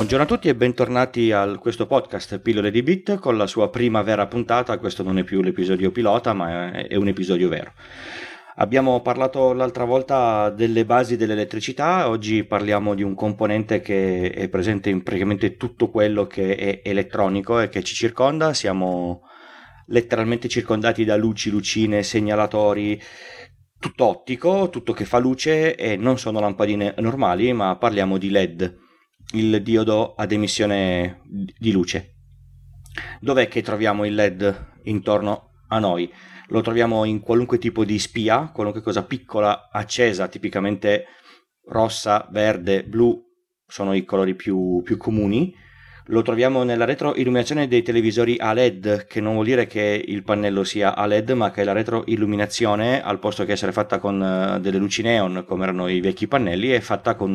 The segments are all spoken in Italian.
Buongiorno a tutti e bentornati a questo podcast Pillole di Bit con la sua prima vera puntata. Questo non è più l'episodio pilota, ma è un episodio vero. Abbiamo parlato l'altra volta delle basi dell'elettricità, oggi parliamo di un componente che è presente in praticamente tutto quello che è elettronico e che ci circonda. Siamo letteralmente circondati da luci, lucine, segnalatori, tutto ottico, tutto che fa luce, e non sono lampadine normali, ma parliamo di LED, il diodo ad emissione di luce. Dov'è che troviamo il LED intorno a noi? Lo troviamo in qualunque tipo di spia, qualunque cosa piccola accesa, tipicamente rossa, verde, blu sono i colori più comuni. Lo troviamo nella retroilluminazione dei televisori a LED, che non vuol dire che il pannello sia a LED, ma che la retroilluminazione, al posto che essere fatta con delle luci neon come erano i vecchi pannelli, è fatta con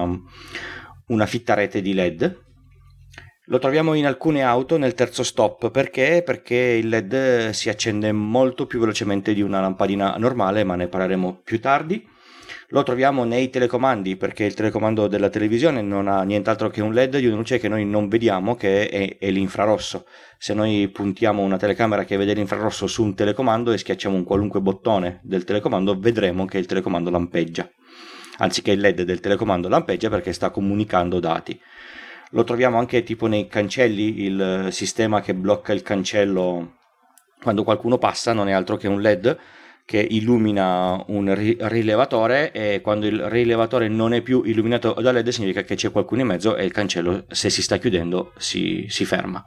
una fitta rete di LED. Lo troviamo in alcune auto nel terzo stop. Perché? Perché il LED si accende molto più velocemente di una lampadina normale, ma ne parleremo più tardi. Lo troviamo nei telecomandi, perché il telecomando della televisione non ha nient'altro che un LED di una luce che noi non vediamo, che è l'infrarosso. Se noi puntiamo una telecamera che vede l'infrarosso su un telecomando e schiacciamo un qualunque bottone del telecomando, vedremo che il telecomando lampeggia, anziché il LED del telecomando lampeggia perché sta comunicando dati. Lo troviamo anche tipo nei cancelli, il sistema che blocca il cancello quando qualcuno passa non è altro che un LED che illumina un rilevatore, e quando il rilevatore non è più illuminato da LED significa che c'è qualcuno in mezzo e il cancello, se si sta chiudendo, si ferma.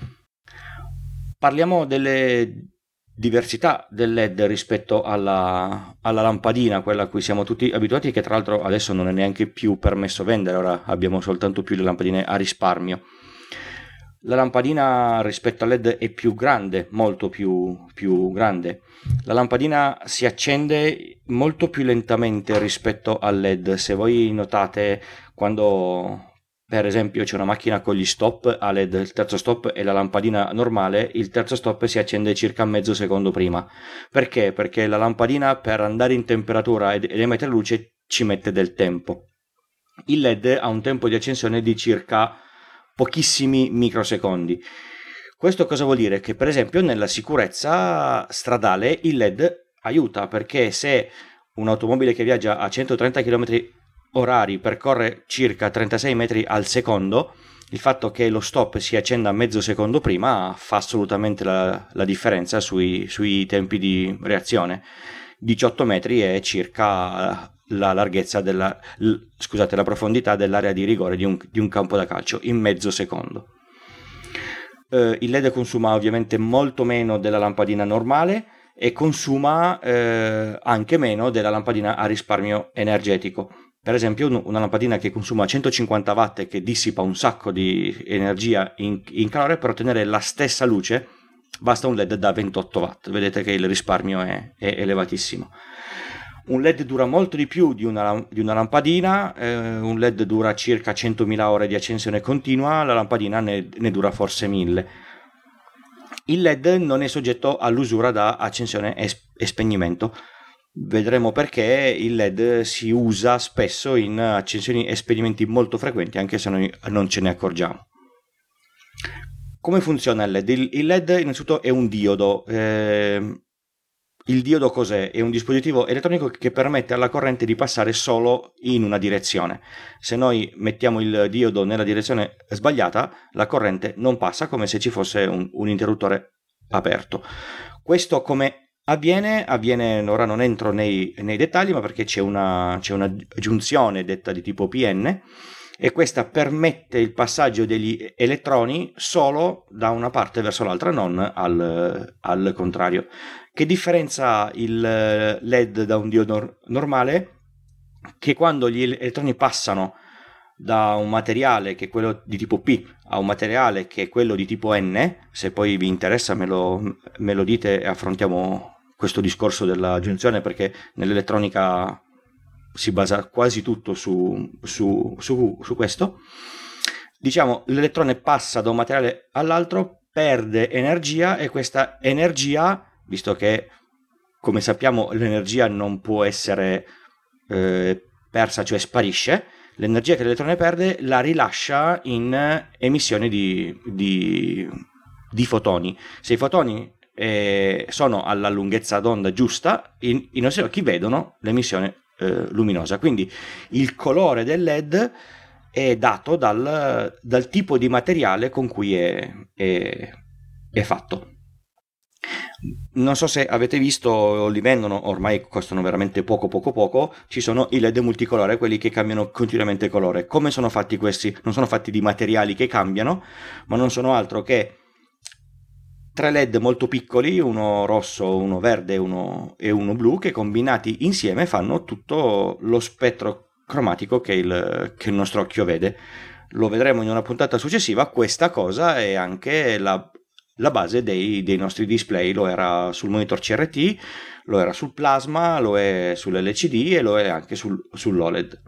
Parliamo delle diversità del LED rispetto alla lampadina, quella a cui siamo tutti abituati, che tra l'altro adesso non è neanche più permesso vendere, ora abbiamo soltanto più le lampadine a risparmio. La lampadina rispetto al LED è più grande, molto più grande. La lampadina si accende molto più lentamente rispetto al LED. Se voi notate, quando per esempio c'è una macchina con gli stop a LED, il terzo stop è la lampadina normale, il terzo stop si accende circa mezzo secondo prima. Perché? Perché la lampadina, per andare in temperatura ed emettere luce, ci mette del tempo. Il LED ha un tempo di accensione di circa pochissimi microsecondi. Questo cosa vuol dire? Che per esempio nella sicurezza stradale il LED aiuta, perché se un'automobile che viaggia a 130 km orari percorre circa 36 metri al secondo, il fatto che lo stop si accenda mezzo secondo prima fa assolutamente la differenza sui tempi di reazione. 18 metri è circa la larghezza la profondità dell'area di rigore di un campo da calcio in mezzo secondo. Il LED consuma ovviamente molto meno della lampadina normale e consuma anche meno della lampadina a risparmio energetico. Per esempio una lampadina che consuma 150 watt e che dissipa un sacco di energia in calore, per ottenere la stessa luce basta un LED da 28 watt. Vedete che il risparmio è elevatissimo. Un LED dura molto di più di una lampadina, un LED dura circa 100.000 ore di accensione continua, la lampadina ne dura forse 1.000. Il LED non è soggetto all'usura da accensione e spegnimento. Vedremo perché il LED si usa spesso in accensioni e spegnimenti molto frequenti, anche se noi non ce ne accorgiamo. Come funziona il LED? Il LED innanzitutto è un diodo. Il diodo cos'è? È un dispositivo elettronico che permette alla corrente di passare solo in una direzione. Se noi mettiamo il diodo nella direzione sbagliata, la corrente non passa, come se ci fosse un interruttore aperto. Questo come avviene, ora non entro nei dettagli, ma perché c'è una giunzione detta di tipo PN, e questa permette il passaggio degli elettroni solo da una parte verso l'altra, non al contrario. Che differenza ha il LED da un diodo normale? Che quando gli elettroni passano da un materiale che è quello di tipo P a un materiale che è quello di tipo N, se poi vi interessa me lo dite e affrontiamo questo discorso della giunzione, perché nell'elettronica si basa quasi tutto su questo. Diciamo, l'elettrone passa da un materiale all'altro, perde energia, e questa energia, visto che come sappiamo l'energia non può essere persa, cioè sparisce, l'energia che l'elettrone perde la rilascia in emissione di fotoni. Se i fotoni sono alla lunghezza d'onda giusta, i nostri occhi vedono l'emissione luminosa. Quindi il colore del LED è dato dal tipo di materiale con cui è fatto. Non so se avete visto, li vendono, ormai costano veramente poco, ci sono i LED multicolore, quelli che cambiano continuamente colore. Come sono fatti questi? Non sono fatti di materiali che cambiano, ma non sono altro che 3 LED molto piccoli, uno rosso, uno verde e uno blu, che combinati insieme fanno tutto lo spettro cromatico che il nostro occhio vede. Lo vedremo in una puntata successiva. Questa cosa è anche la base dei nostri display. Lo era sul monitor CRT, lo era sul plasma, lo è sull'LCD e lo è anche sull'OLED.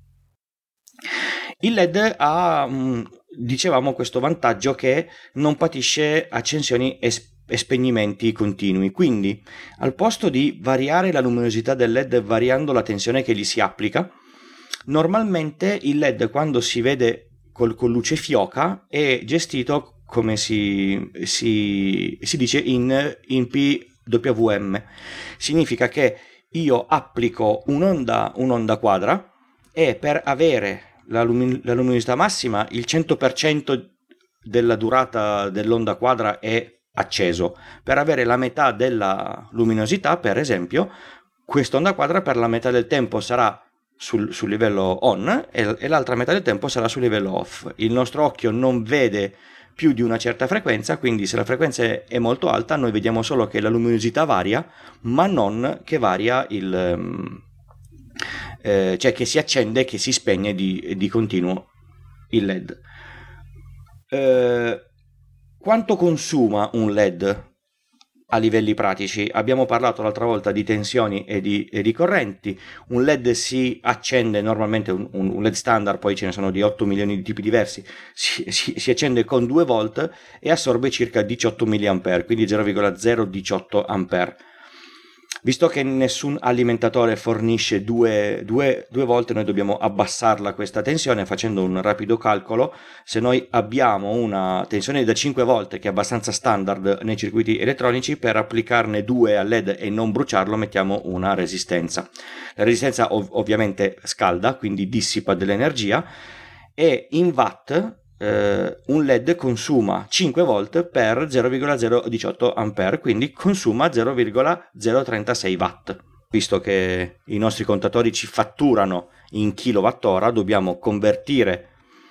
Il LED ha, dicevamo, questo vantaggio che non patisce accensioni e spegnimenti continui, quindi al posto di variare la luminosità del LED variando la tensione che gli si applica, normalmente il LED, quando si vede con luce fioca, è gestito, come si dice, in PWM. Significa che io applico un'onda quadra, e per avere la luminosità massima il 100% della durata dell'onda quadra è acceso. Per avere la metà della luminosità, per esempio, quest'onda quadra per la metà del tempo sarà sul livello on e l'altra metà del tempo sarà sul livello off. Il nostro occhio non vede più di una certa frequenza, quindi se la frequenza è molto alta noi vediamo solo che la luminosità varia, ma non che varia cioè che si accende e che si spegne di continuo il LED. Quanto consuma un LED a livelli pratici? Abbiamo parlato l'altra volta di tensioni e di correnti. Un LED si accende normalmente, un LED standard, poi ce ne sono di 8 milioni di tipi diversi, si accende con 2 volt e assorbe circa 18 mA, quindi 0,018 A. Visto che nessun alimentatore fornisce 2 volte, noi dobbiamo abbassarla questa tensione facendo un rapido calcolo. Se noi abbiamo una tensione da 5 volte, che è abbastanza standard nei circuiti elettronici, per applicarne 2 al LED e non bruciarlo mettiamo una resistenza. La resistenza ovviamente scalda, quindi dissipa dell'energia, e in watt un LED consuma 5 volt per 0,018 A, quindi consuma 0,036 watt. Visto che i nostri contatori ci fatturano in kilowattora, dobbiamo convertire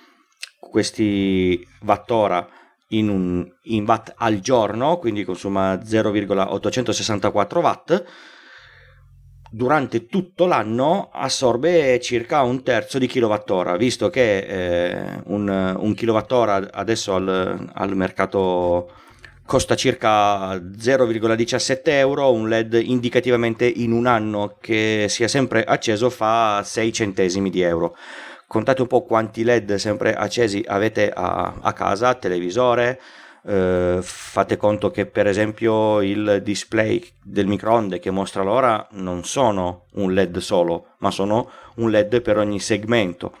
questi wattora in watt al giorno, quindi consuma 0,864 watt. Durante tutto l'anno assorbe circa un terzo di kilowattora, visto che un kilowattora adesso al mercato costa circa 0,17 euro, un LED indicativamente in un anno che sia sempre acceso fa 6 centesimi di euro. Contate un po' quanti LED sempre accesi avete a casa, televisore. Fate conto che per esempio il display del microonde che mostra l'ora non sono un LED solo, ma sono un LED per ogni segmento.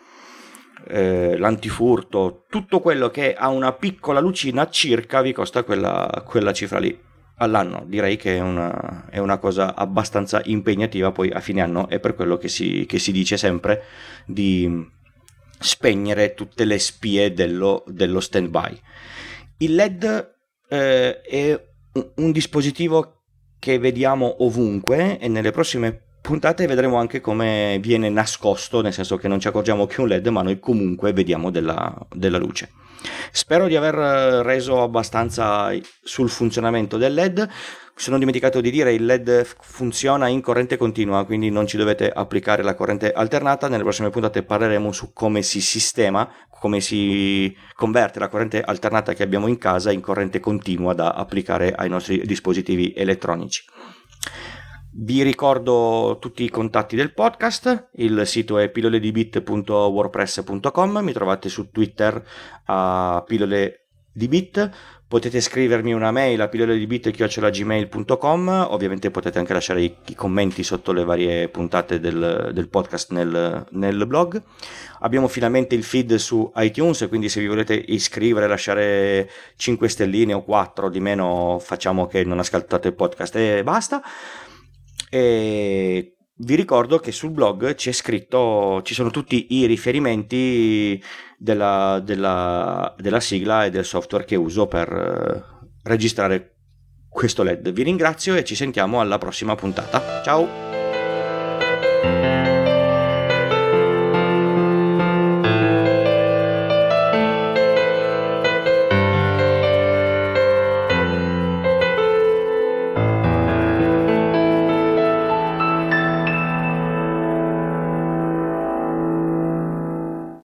L'antifurto, tutto quello che ha una piccola lucina circa vi costa quella cifra lì all'anno. Direi che è una cosa abbastanza impegnativa poi a fine anno, è per quello che si dice sempre di spegnere tutte le spie dello stand-by. Il LED è un dispositivo che vediamo ovunque, e nelle prossime puntate vedremo anche come viene nascosto, nel senso che non ci accorgiamo che è un LED, ma noi comunque vediamo della luce. Spero di aver reso abbastanza sul funzionamento del LED. Sono dimenticato di dire, il LED funziona in corrente continua, quindi non ci dovete applicare la corrente alternata. Nelle prossime puntate parleremo su come si sistema, come si converte la corrente alternata che abbiamo in casa in corrente continua da applicare ai nostri dispositivi elettronici. Vi ricordo tutti i contatti del podcast. Il sito è pilloledibit.wordpress.com, mi trovate su Twitter a pilloledibit. Potete scrivermi una mail a pilloledibit@gmail.com. Ovviamente potete anche lasciare i commenti sotto le varie puntate del podcast nel blog. Abbiamo finalmente il feed su iTunes, quindi se vi volete iscrivere, lasciare 5 stelline o 4 di meno, facciamo che non ascoltate il podcast e basta. E vi ricordo che sul blog c'è scritto, ci sono tutti i riferimenti della sigla e del software che uso per registrare questo LED. Vi ringrazio e ci sentiamo alla prossima puntata. Ciao!